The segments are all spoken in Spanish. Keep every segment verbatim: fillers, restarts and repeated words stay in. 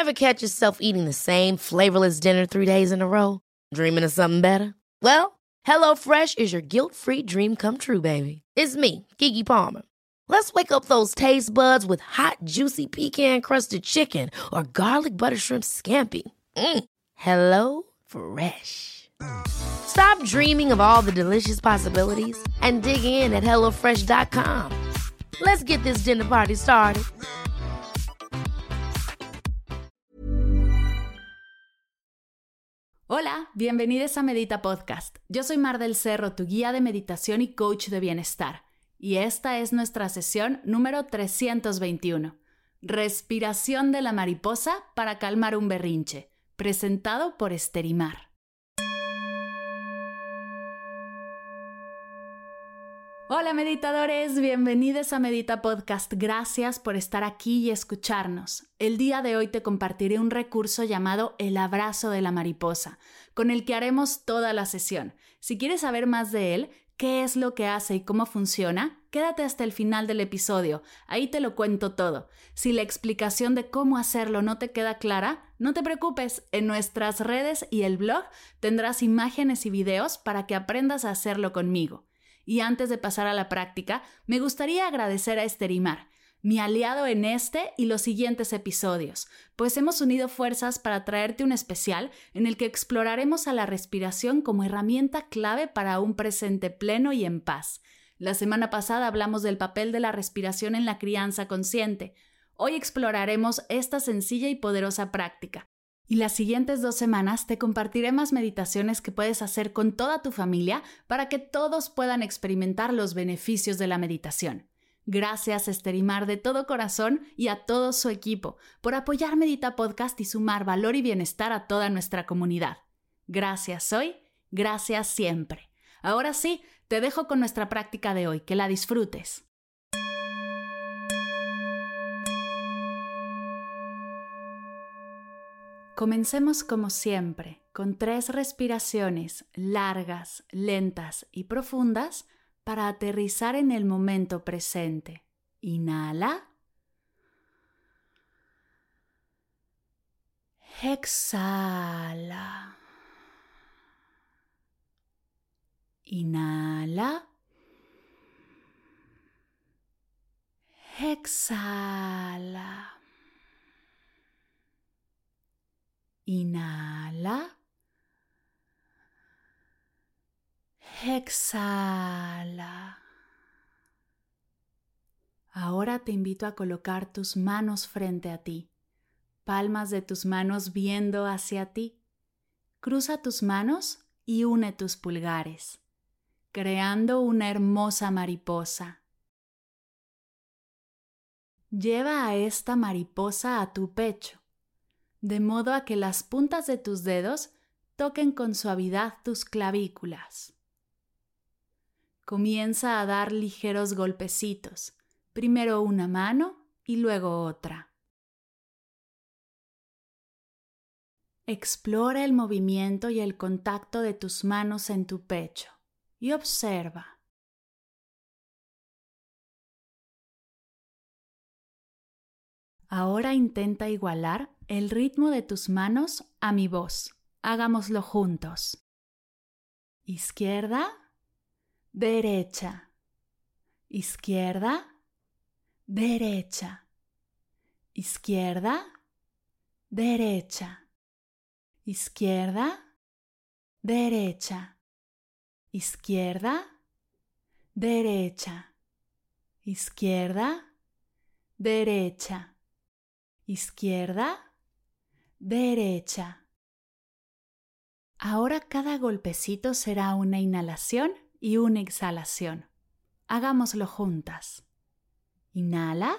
Ever catch yourself eating the same flavorless dinner three days in a row? Dreaming of something better? Well, HelloFresh is your guilt-free dream come true, baby. It's me, Keke Palmer. Let's wake up those taste buds with hot, juicy pecan-crusted chicken or garlic butter shrimp scampi. Mm. Hello Fresh. Stop dreaming of all the delicious possibilities and dig in at hello fresh dot com. Let's get this dinner party started. Hola, bienvenidos a Medita Podcast. Yo soy Mar del Cerro, tu guía de meditación y coach de bienestar. Y esta es nuestra sesión número trescientos veintiuno. Respiración de la mariposa para calmar un berrinche. Presentado por Esterimar. Hola meditadores, bienvenidos a Medita Podcast. Gracias por estar aquí y escucharnos. El día de hoy te compartiré un recurso llamado el abrazo de la mariposa, con el que haremos toda la sesión. Si quieres saber más de él, qué es lo que hace y cómo funciona, quédate hasta el final del episodio. Ahí te lo cuento todo. Si la explicación de cómo hacerlo no te queda clara, no te preocupes. En nuestras redes y el blog tendrás imágenes y videos para que aprendas a hacerlo conmigo. Y antes de pasar a la práctica, me gustaría agradecer a Esterimar, mi aliado en este y los siguientes episodios, pues hemos unido fuerzas para traerte un especial en el que exploraremos a la respiración como herramienta clave para un presente pleno y en paz. La semana pasada hablamos del papel de la respiración en la crianza consciente. Hoy exploraremos esta sencilla y poderosa práctica. Y las siguientes dos semanas te compartiré más meditaciones que puedes hacer con toda tu familia para que todos puedan experimentar los beneficios de la meditación. Gracias Esterimar de todo corazón y a todo su equipo por apoyar Medita Podcast y sumar valor y bienestar a toda nuestra comunidad. Gracias hoy, gracias siempre. Ahora sí, te dejo con nuestra práctica de hoy. Que la disfrutes. Comencemos como siempre, con tres respiraciones largas, lentas y profundas para aterrizar en el momento presente. Inhala. Exhala. Inhala. Exhala. Inhala. Exhala. Ahora te invito a colocar tus manos frente a ti, palmas de tus manos viendo hacia ti. Cruza tus manos y une tus pulgares, creando una hermosa mariposa. Lleva a esta mariposa a tu pecho, de modo a que las puntas de tus dedos toquen con suavidad tus clavículas. Comienza a dar ligeros golpecitos, primero una mano y luego otra. Explora el movimiento y el contacto de tus manos en tu pecho y observa. Ahora intenta igualar el ritmo de tus manos a mi voz. Hagámoslo juntos. Izquierda, derecha. Izquierda, derecha. Izquierda, derecha. Izquierda, derecha. Izquierda, derecha. Izquierda, derecha. Izquierda, derecha. Ahora cada golpecito será una inhalación y una exhalación. Hagámoslo juntas. Inhala,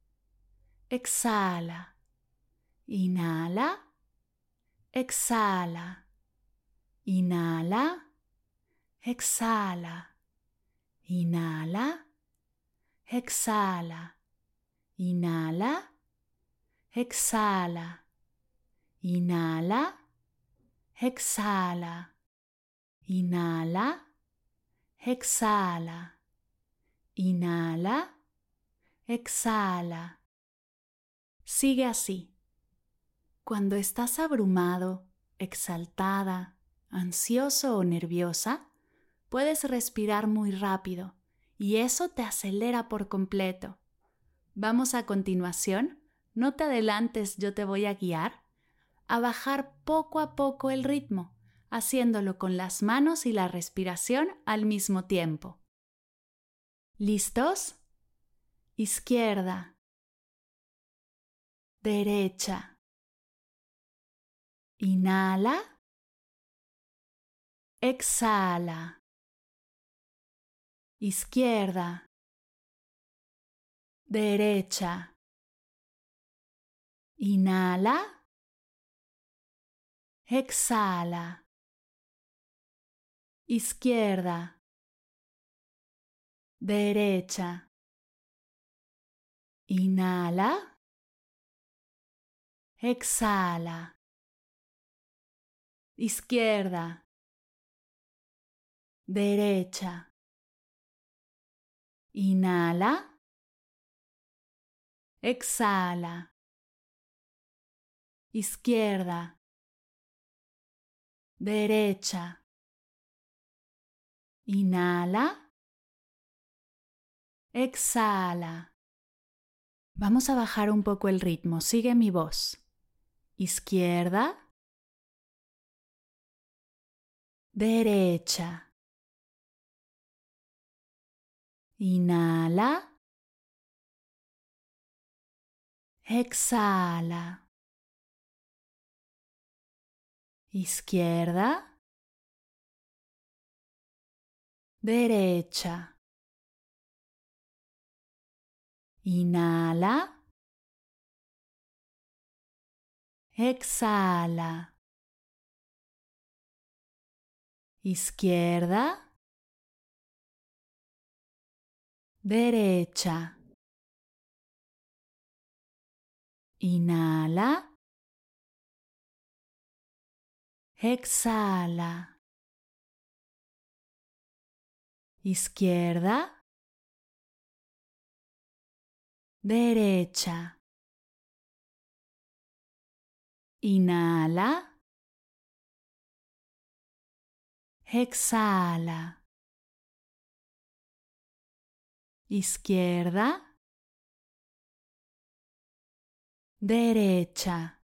exhala. Inhala, exhala. Inhala, exhala. Inhala, exhala. Inhala, exhala. Inhala, exhala. Inhala, exhala. Inhala, exhala. Sigue así. Cuando estás abrumado, exaltada, ansioso o nerviosa, puedes respirar muy rápido y eso te acelera por completo. Vamos a continuación, no te adelantes, yo te voy a guiar, a bajar poco a poco el ritmo, haciéndolo con las manos y la respiración al mismo tiempo. ¿Listos? Izquierda, derecha. Inhala, exhala. Izquierda, derecha. Inhala, exhala. Izquierda, derecha. Inhala, exhala. Izquierda, derecha. Inhala, exhala. Izquierda, derecha. Inhala, exhala. Vamos a bajar un poco el ritmo. Sigue mi voz. Izquierda, derecha. Inhala, exhala. Izquierda, derecha. Inhala, exhala. Izquierda, derecha. Inhala, exhala. Izquierda, derecha. Inhala, exhala. Izquierda, derecha.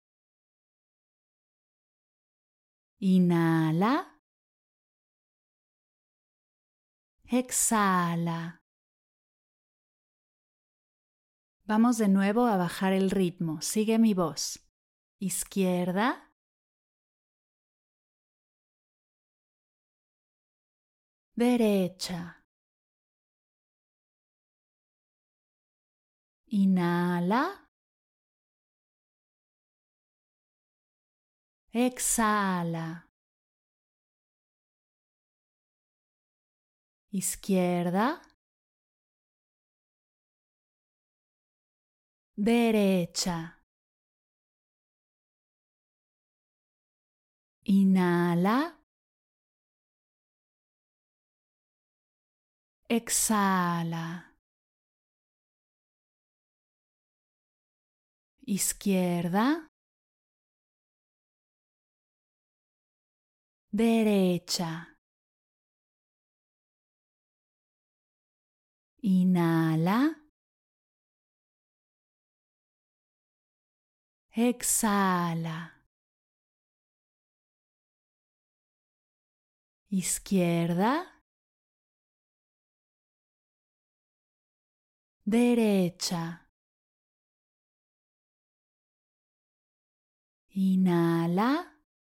Inhala, exhala. Vamos de nuevo a bajar el ritmo. Sigue mi voz. Izquierda, derecha. Inhala, exhala. Izquierda, derecha. Inhala, exhala. Izquierda, derecha. Inhala, exhala. Izquierda, derecha. Inhala,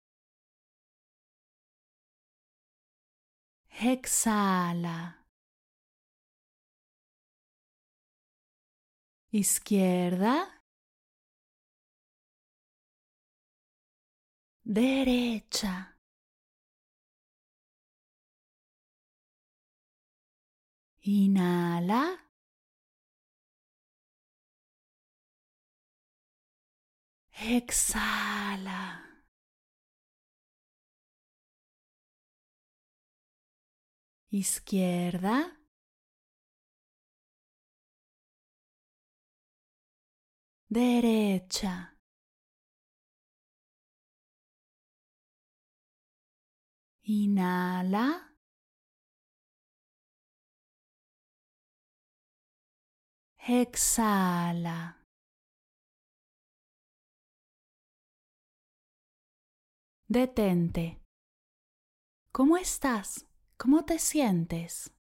exhala. Izquierda, derecha. Inhala, exhala. Izquierda, derecha. Inhala. Exhala. Detente. ¿Cómo estás? ¿Cómo te sientes?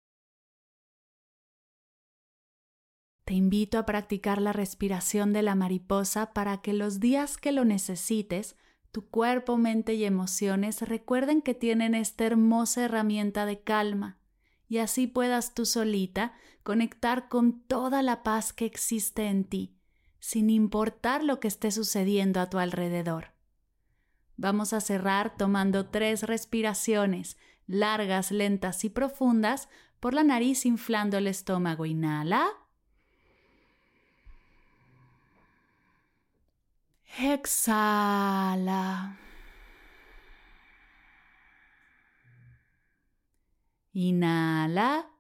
Te invito a practicar la respiración de la mariposa para que los días que lo necesites, tu cuerpo, mente y emociones recuerden que tienen esta hermosa herramienta de calma y así puedas tú solita conectar con toda la paz que existe en ti, sin importar lo que esté sucediendo a tu alrededor. Vamos a cerrar tomando tres respiraciones largas, lentas y profundas por la nariz, inflando el estómago. Inhala. Exhala. Inhala.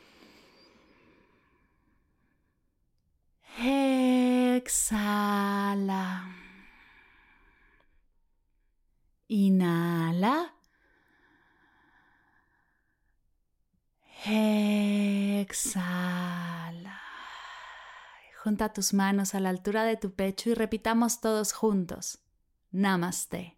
Exhala. Inhala. Exhala. Junta tus manos a la altura de tu pecho y repitamos todos juntos. Namaste.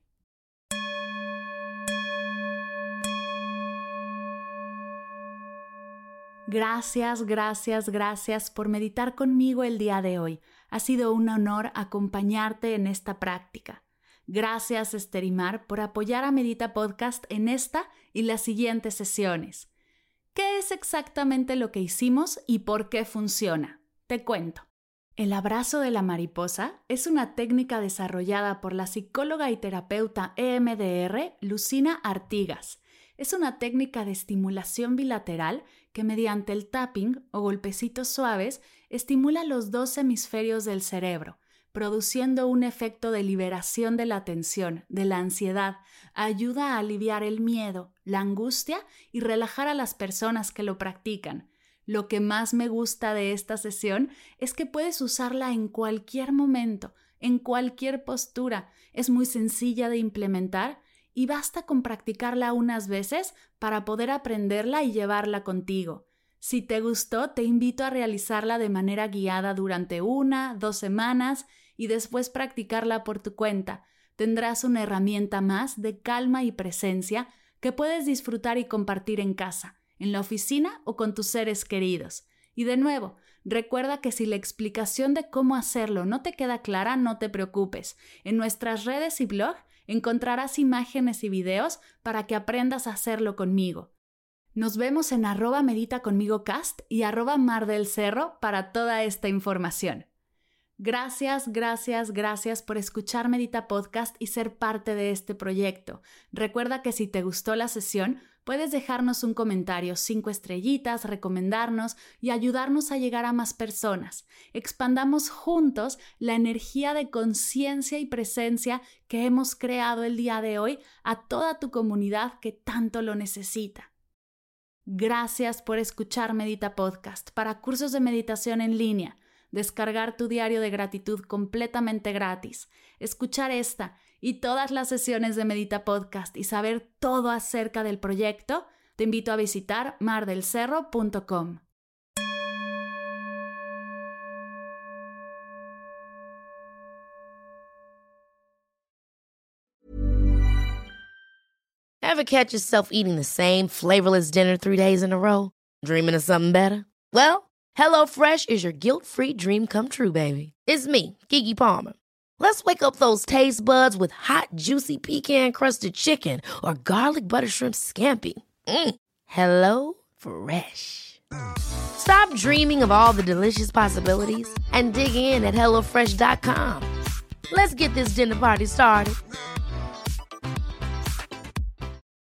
Gracias, gracias, gracias por meditar conmigo el día de hoy. Ha sido un honor acompañarte en esta práctica. Gracias, Esterimar, por apoyar a Medita Podcast en esta y las siguientes sesiones. ¿Qué es exactamente lo que hicimos y por qué funciona? Te cuento. El abrazo de la mariposa es una técnica desarrollada por la psicóloga y terapeuta E M D R Lucina Artigas. Es una técnica de estimulación bilateral que mediante el tapping o golpecitos suaves estimula los dos hemisferios del cerebro, produciendo un efecto de liberación de la tensión, de la ansiedad, ayuda a aliviar el miedo, la angustia y relajar a las personas que lo practican. Lo que más me gusta de esta sesión es que puedes usarla en cualquier momento, en cualquier postura. Es muy sencilla de implementar y basta con practicarla unas veces para poder aprenderla y llevarla contigo. Si te gustó, te invito a realizarla de manera guiada durante una, dos semanas y después practicarla por tu cuenta. Tendrás una herramienta más de calma y presencia que puedes disfrutar y compartir en casa, en la oficina o con tus seres queridos. Y de nuevo, recuerda que si la explicación de cómo hacerlo no te queda clara, no te preocupes. En nuestras redes y blog encontrarás imágenes y videos para que aprendas a hacerlo conmigo. Nos vemos en arroba medita conmigo cast y arroba mar del cerro para toda esta información. Gracias, gracias, gracias por escuchar Medita Podcast y ser parte de este proyecto. Recuerda que si te gustó la sesión, puedes dejarnos un comentario, cinco estrellitas, recomendarnos y ayudarnos a llegar a más personas. Expandamos juntos la energía de conciencia y presencia que hemos creado el día de hoy a toda tu comunidad que tanto lo necesita. Gracias por escuchar Medita Podcast. Para cursos de meditación en línea, descargar tu diario de gratitud completamente gratis, escuchar esta y todas las sesiones de Medita Podcast y saber todo acerca del proyecto, te invito a visitar mar del cerro punto com. Ever catch yourself eating the same flavorless dinner three days in a row? Dreaming of something better? Well, HelloFresh is your guilt-free dream come true, baby. It's me, Keke Palmer. Let's wake up those taste buds with hot, juicy pecan-crusted chicken or garlic butter shrimp scampi. Mm. Hello Fresh. Stop dreaming of all the delicious possibilities and dig in at hello fresh dot com. Let's get this dinner party started.